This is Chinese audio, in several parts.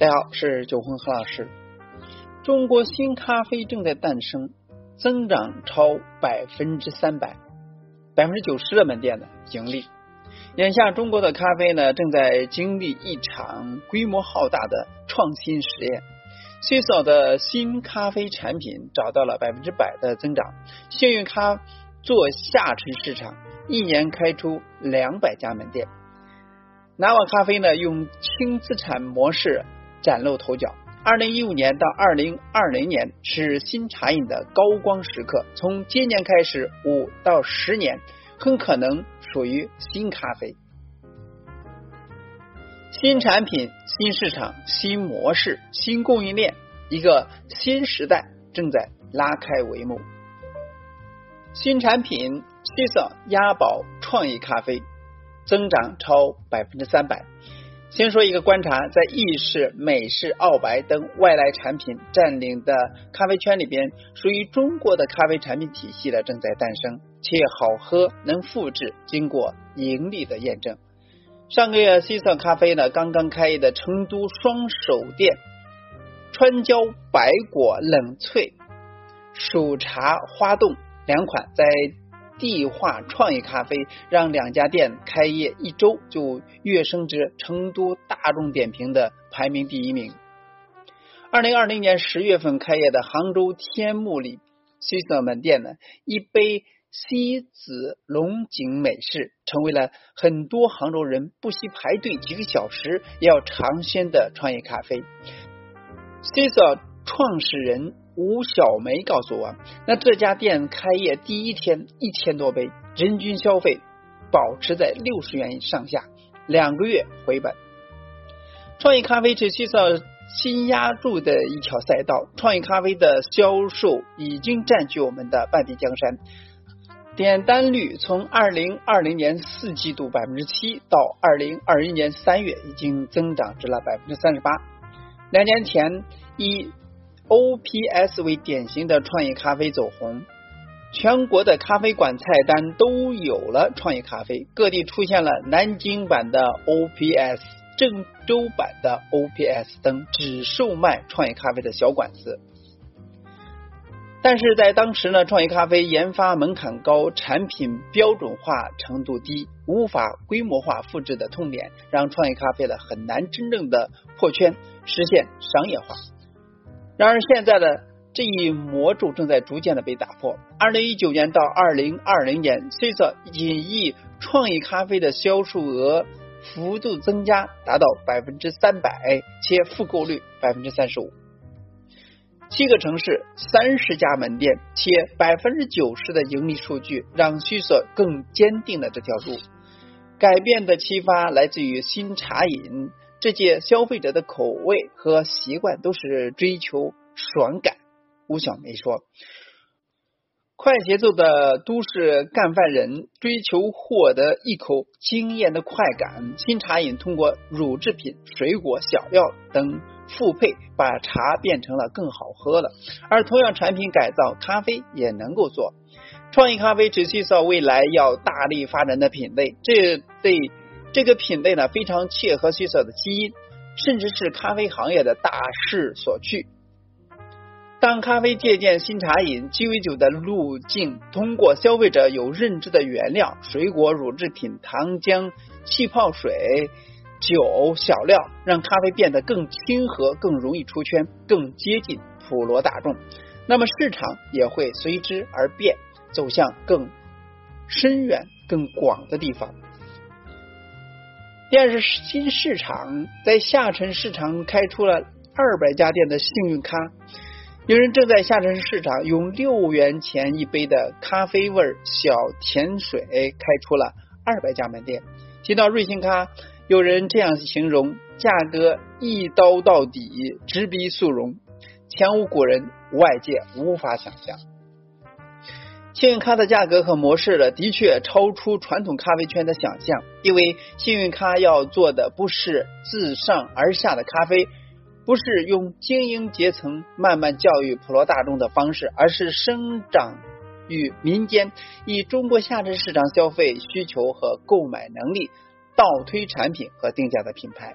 大家好，是九红何老师。中国新咖啡正在诞生，增长超300%，90%的门店呢盈利。眼下中国的咖啡呢正在经历一场规模浩大的创新实验。西索的新咖啡产品找到了100%的增长，幸运咖做下沉市场，一年开出200家门店。拿瓦咖啡呢用轻资产模式崭露头角。2015年到2020年是新茶饮的高光时刻，从今年开始5到10年很可能属于新咖啡。新产品、新市场、新模式、新供应链，一个新时代正在拉开帷幕。新产品西索鸭宝创意咖啡增长超300%。先说一个观察，在意式、美式、澳白等外来产品占领的咖啡圈里边，属于中国的咖啡产品体系正在诞生，且好喝能复制，经过盈利的验证。上个月西索咖啡呢刚刚开业的成都双手店川椒白果冷萃薯茶花冻两款在地化创意咖啡，让两家店开业1周就跃升至成都大众点评的排名第1名。2020年10月份开业的杭州天目里西索门店呢，一杯西子龙井美式成为了很多杭州人不惜排队几个小时也要尝鲜的创业咖啡。西索创始人吴小梅告诉我，那这家店开业第一天1000多杯，人均消费保持在60元上下，2个月回本。创意咖啡是西索新压入的一条赛道，创意咖啡的销售已经占据我们的半壁江山。点单率从2020年4季度7%到2021年3月已经增长至了38%。2年前以OPS 为典型的创意咖啡走红，全国的咖啡馆菜单都有了创意咖啡，各地出现了南京版的 OPS、 郑州版的 OPS 等只售卖创意咖啡的小馆子。但是在当时呢，创意咖啡研发门槛高，产品标准化程度低，无法规模化复制的痛点，让创意咖啡很难真正的破圈，实现商业化。然而现在的这一魔咒正在逐渐的被打破。2019年到2020年，西索仅以创意咖啡的销售额幅度增加达到300%，且复购率35%。7个城市30家门店，且90%的盈利数据，让西索更坚定了这条路。改变的启发来自于新茶饮，这届消费者的口味和习惯都是追求爽感。吴小梅说，快节奏的都市干饭人追求获得一口惊艳的快感，新茶饮通过乳制品、水果、小料等复配，把茶变成了更好喝了。而同样产品改造，咖啡也能够做。创意咖啡是西索未来要大力发展的品类，这个品类呢非常切合西索的基因，甚至是咖啡行业的大势所趋。当咖啡借鉴新茶饮鸡尾酒的路径，通过消费者有认知的原料、水果、乳制品、糖浆、气泡水、酒、小料，让咖啡变得更亲和、更容易出圈、更接近普罗大众，那么市场也会随之而变，走向更深远、更广的地方。第二是新市场，在下沉市场开出了200家店的幸运咖，有人正在下沉市场用6元钱一杯的咖啡味小甜水开出了200家门店。提到瑞幸咖，有人这样形容，价格一刀到底，直逼速溶，前无古人，外界无法想象。幸运咖的价格和模式的确超出传统咖啡圈的想象，因为幸运咖要做的不是自上而下的咖啡，不是用精英阶层慢慢教育普罗大众的方式，而是生长于民间，以中国下沉市场消费需求和购买能力倒推产品和定价的品牌。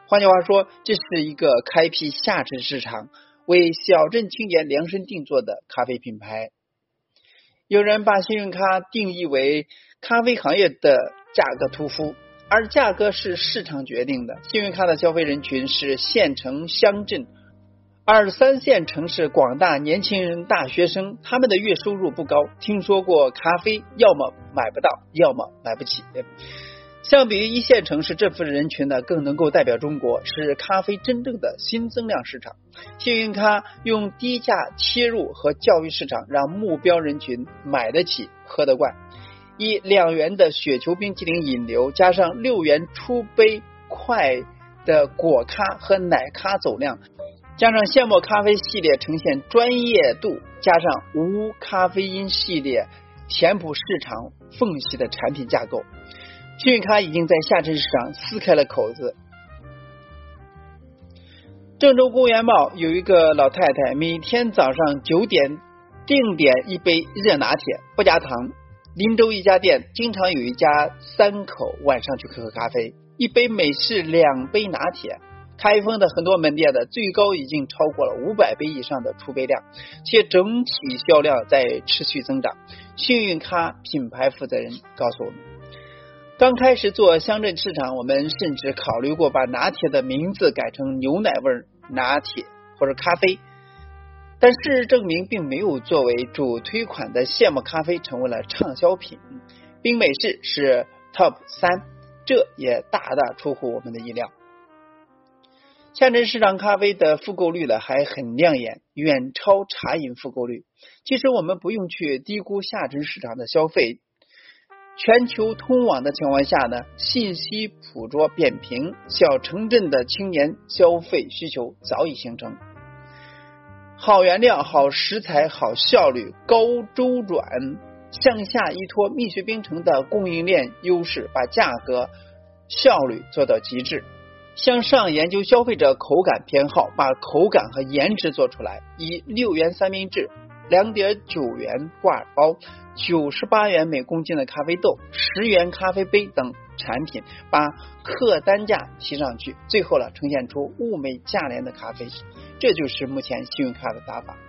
换句话说，这是一个开辟下沉市场、为小镇青年量身定做的咖啡品牌。有人把信用卡定义为咖啡行业的价格屠夫，而价格是市场决定的。信用卡的消费人群是县城、乡镇、2、3线城市广大年轻人、大学生，他们的月收入不高，听说过咖啡要么买不到，要么买不起。相比于1线城市，这部分人群呢更能够代表中国，是咖啡真正的新增量市场。信用卡用低价切入和教育市场，让目标人群买得起、喝得惯。以2元的雪球冰淇淋引流，加上6元出杯快的果咖和奶咖走量，加上现磨咖啡系列呈现专业度，加上无咖啡因系列填补市场缝隙的产品架构，信用卡已经在下沉市场撕开了口子。郑州公园贸有一个老太太，每天早上9点定点一杯热拿铁，不加糖。林州一家店经常有一家3口晚上去喝咖啡，一杯美式2杯拿铁。开封的很多门店的最高已经超过了500杯以上的出杯量，且整体销量在持续增长。信用卡品牌负责人告诉我们，刚开始做乡镇市场，我们甚至考虑过把拿铁的名字改成牛奶味拿铁或者咖啡，但事实证明并没有作为主推款的现磨咖啡成为了畅销品，冰美式是 Top 3，这也大大出乎我们的意料。下沉市场咖啡的复购率呢还很亮眼，远超茶饮复购率。其实我们不用去低估下沉市场的消费，全球通网的情况下呢，信息捕捉扁平，小城镇的青年消费需求早已形成。好原料、好食材、好效率、高周转，向下依托蜜雪冰城的供应链优势，把价格效率做到极致。向上研究消费者口感偏好，把口感和颜值做出来，以6元三明治、2.9元挂耳包、98元每公斤的咖啡豆、10元咖啡杯等产品，把客单价提上去，最后呢呈现出物美价廉的咖啡。这就是目前信用卡的打法。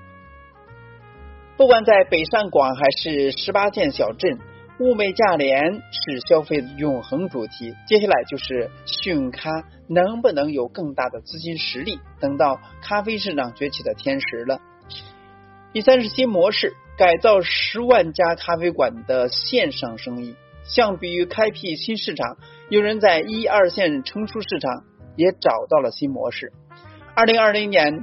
不管在北上广还是18线小镇，物美价廉是消费的永恒主题。接下来就是信用卡能不能有更大的资金实力，等到咖啡市场崛起的天时了。第3是新模式，改造10万家咖啡馆的线上生意。相比于开辟新市场，有人在1、2线成熟市场也找到了新模式。2020年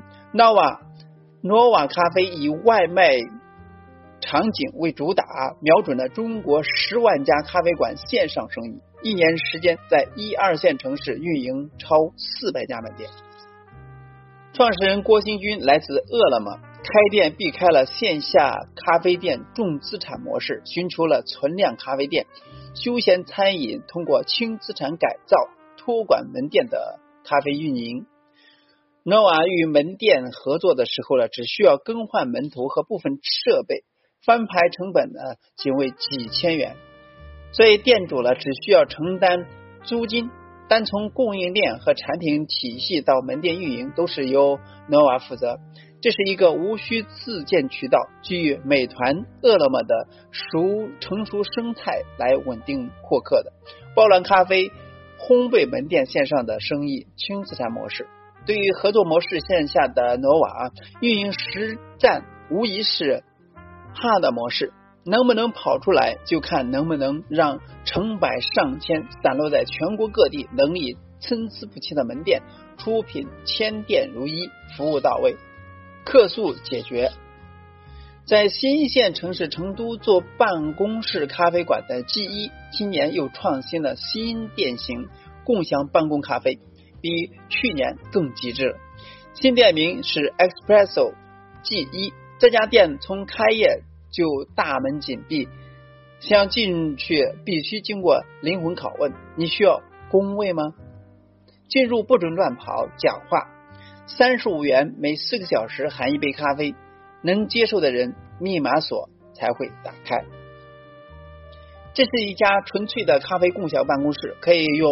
Nova 咖啡以外卖场景为主打，瞄准了中国10万家咖啡馆线上生意，1年时间在1、2线城市运营超400家门店。创始人郭新军来自饿了么，开店避开了线下咖啡店重资产模式，寻求了存量咖啡店、休闲餐饮，通过轻资产改造托管门店的咖啡运营。Nova 与门店合作的时候呢，只需要更换门头和部分设备，翻牌成本呢仅为几千元，所以店主呢只需要承担租金，单从供应链和产品体系到门店运营都是由 Nova 负责。这是一个无需自建渠道，基于美团、饿了么的成熟生态来稳定获客的包揽咖啡烘焙门店线上的生意轻资产模式。对于合作模式线下的 Nova 运营实战无疑是 hard 模式，能不能跑出来就看能不能让成百上千散落在全国各地能力参差不齐的门店出品千店如一，服务到位，客诉解决。在新一线城市成都做办公室咖啡馆的 G1 今年又创新了新店型共享办公咖啡，比去年更极致了。新店名是 Espresso G1， 这家店从开业就大门紧闭，想进去必须经过灵魂拷问，你需要工位吗？进入不准乱跑讲话，35元每4个小时含一杯咖啡，能接受的人密码锁才会打开。这是一家纯粹的咖啡共享办公室，可以用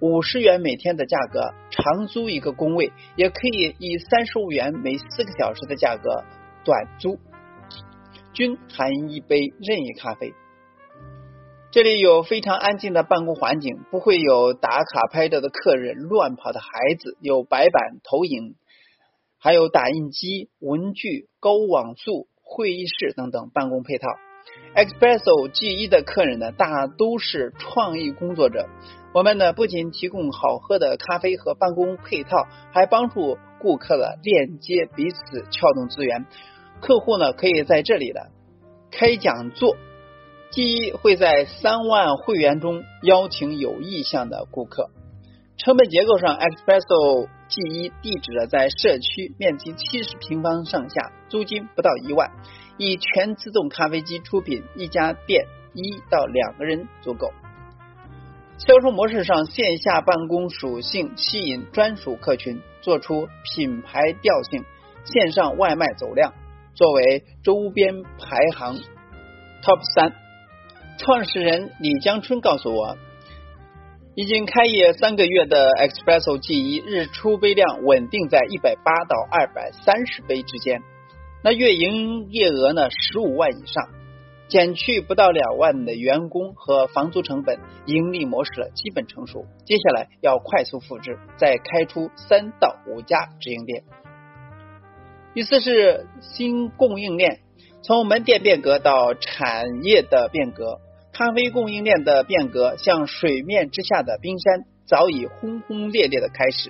50元每天的价格长租一个工位，也可以以35元每4个小时的价格短租，均含一杯任意咖啡。这里有非常安静的办公环境，不会有打卡拍照的客人、乱跑的孩子，有白板投影，还有打印机、文具、高网速会议室等等办公配套。Espresso G1 的客人呢，大都是创意工作者。我们呢，不仅提供好喝的咖啡和办公配套，还帮助顾客的链接彼此，撬动资源。客户呢，可以在这里的开讲座。G1 会在3万会员中邀请有意向的顾客。成本结构上 ，Espresso G1 地址在社区，面积70平方上下，租金不到1万，以全自动咖啡机出品，一家店1到2个人足够。销售模式上，线下办公属性吸引专属客群，做出品牌调性，线上外卖走量，作为周边排行 Top 3。创始人李江春告诉我，已经开业3个月的 Espresso G1 日出杯量稳定在180到230杯之间，那月营业额呢15万以上，减去不到2万的员工和房租成本，盈利模式基本成熟。接下来要快速复制，再开出3到5家直营店。第四是新供应链，从门店变革到产业的变革，咖啡供应链的变革像水面之下的冰山，早已轰轰烈烈的开始。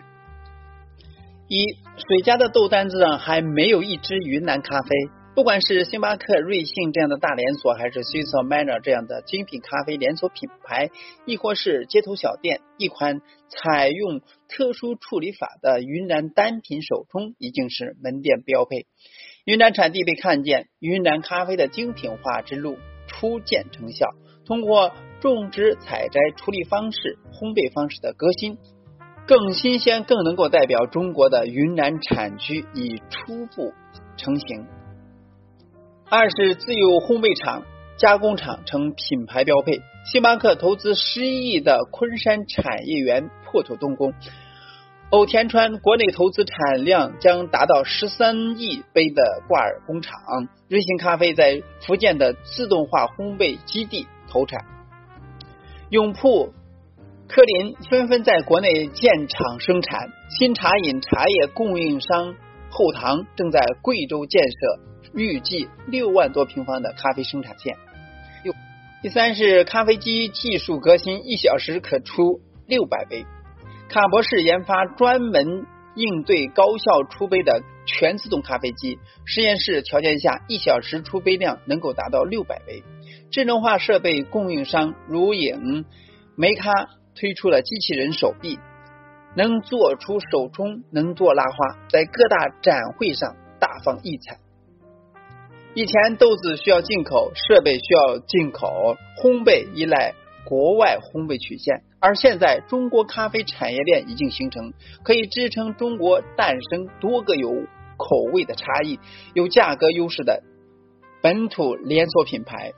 水家的豆单子上还没有一支云南咖啡，不管是星巴克、瑞幸这样的大连锁，还是 Cecil Manor 这样的精品咖啡连锁品牌，亦或是街头小店，一款采用特殊处理法的云南单品手冲已经是门店标配。云南产地被看见，云南咖啡的精品化之路初见成效。通过种植、采摘、处理方式、烘焙方式的革新，更新鲜、更能够代表中国的云南产区已初步成型。二是自有烘焙厂、加工厂成品牌标配。星巴克投资11亿的昆山产业园破土动工，欧田川国内投资产量将达到13亿杯的挂耳工厂，瑞幸咖啡在福建的自动化烘焙基地投产，永铺、科林纷纷在国内建厂生产，新茶饮茶叶供应商后堂正在贵州建设预计6万多平方的咖啡生产线。第三是咖啡机技术革新，1小时可出600杯。卡博士研发专门应对高效出杯的全自动咖啡机，实验室条件下1小时出杯量能够达到600杯。智能化设备供应商如影、梅咖推出了机器人手臂，能做出手冲，能做拉花，在各大展会上大放异彩。以前豆子需要进口，设备需要进口，烘焙依赖国外烘焙曲线，而现在中国咖啡产业链已经形成，可以支撑中国诞生多个有口味的差异、有价格优势的本土连锁品牌。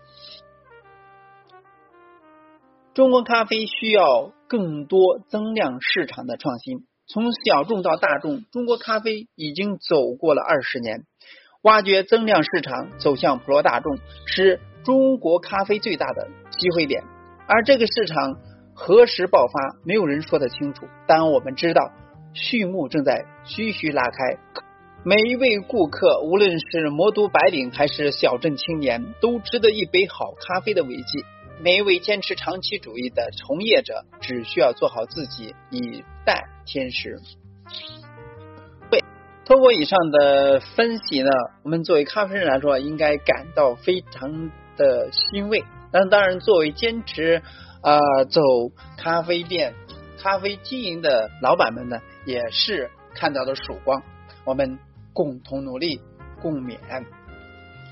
中国咖啡需要更多增量市场的创新，从小众到大众，中国咖啡已经走过了20年。挖掘增量市场，走向普罗大众，是中国咖啡最大的机会点。而这个市场何时爆发，没有人说得清楚，但我们知道序幕正在徐徐拉开。每一位顾客，无论是魔都白领还是小镇青年，都值得一杯好咖啡的慰藉。每一位坚持长期主义的从业者，只需要做好自己，以待天时。通过以上的分析呢，我们作为咖啡人来说，应该感到非常的欣慰。但当然，作为坚持走咖啡店、咖啡经营的老板们呢，也是看到了曙光。我们共同努力，共勉。